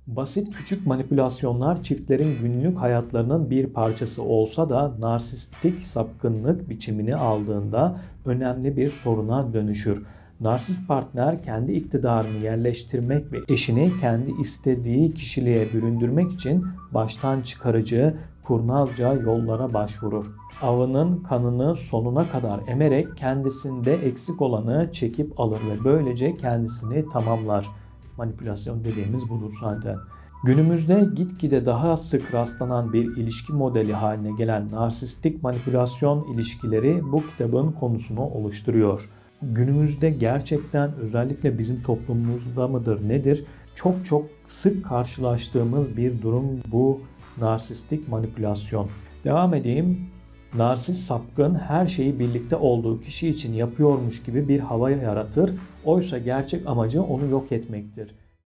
Basit küçük manipülasyonlar çiftlerin günlük hayatlarının bir parçası olsa da narsistik sapkınlık biçimini aldığında önemli bir soruna dönüşür. Narsist partner kendi iktidarını yerleştirmek ve eşini kendi istediği kişiliğe büründürmek için baştan çıkarıcı, kurnazca yollara başvurur. Avının kanını sonuna kadar emerek kendisinde eksik olanı çekip alır ve böylece kendisini tamamlar. Manipülasyon dediğimiz budur zaten. Günümüzde gitgide daha sık rastlanan bir ilişki modeli haline gelen narsistik manipülasyon ilişkileri bu kitabın konusunu oluşturuyor. Günümüzde gerçekten özellikle bizim toplumumuzda mıdır nedir? Çok sık karşılaştığımız bir durum bu narsistik manipülasyon. Devam edeyim. Narsist sapkın her şeyi birlikte olduğu kişi için yapıyormuş gibi bir hava yaratır. Oysa gerçek amacı onu yok etmektir.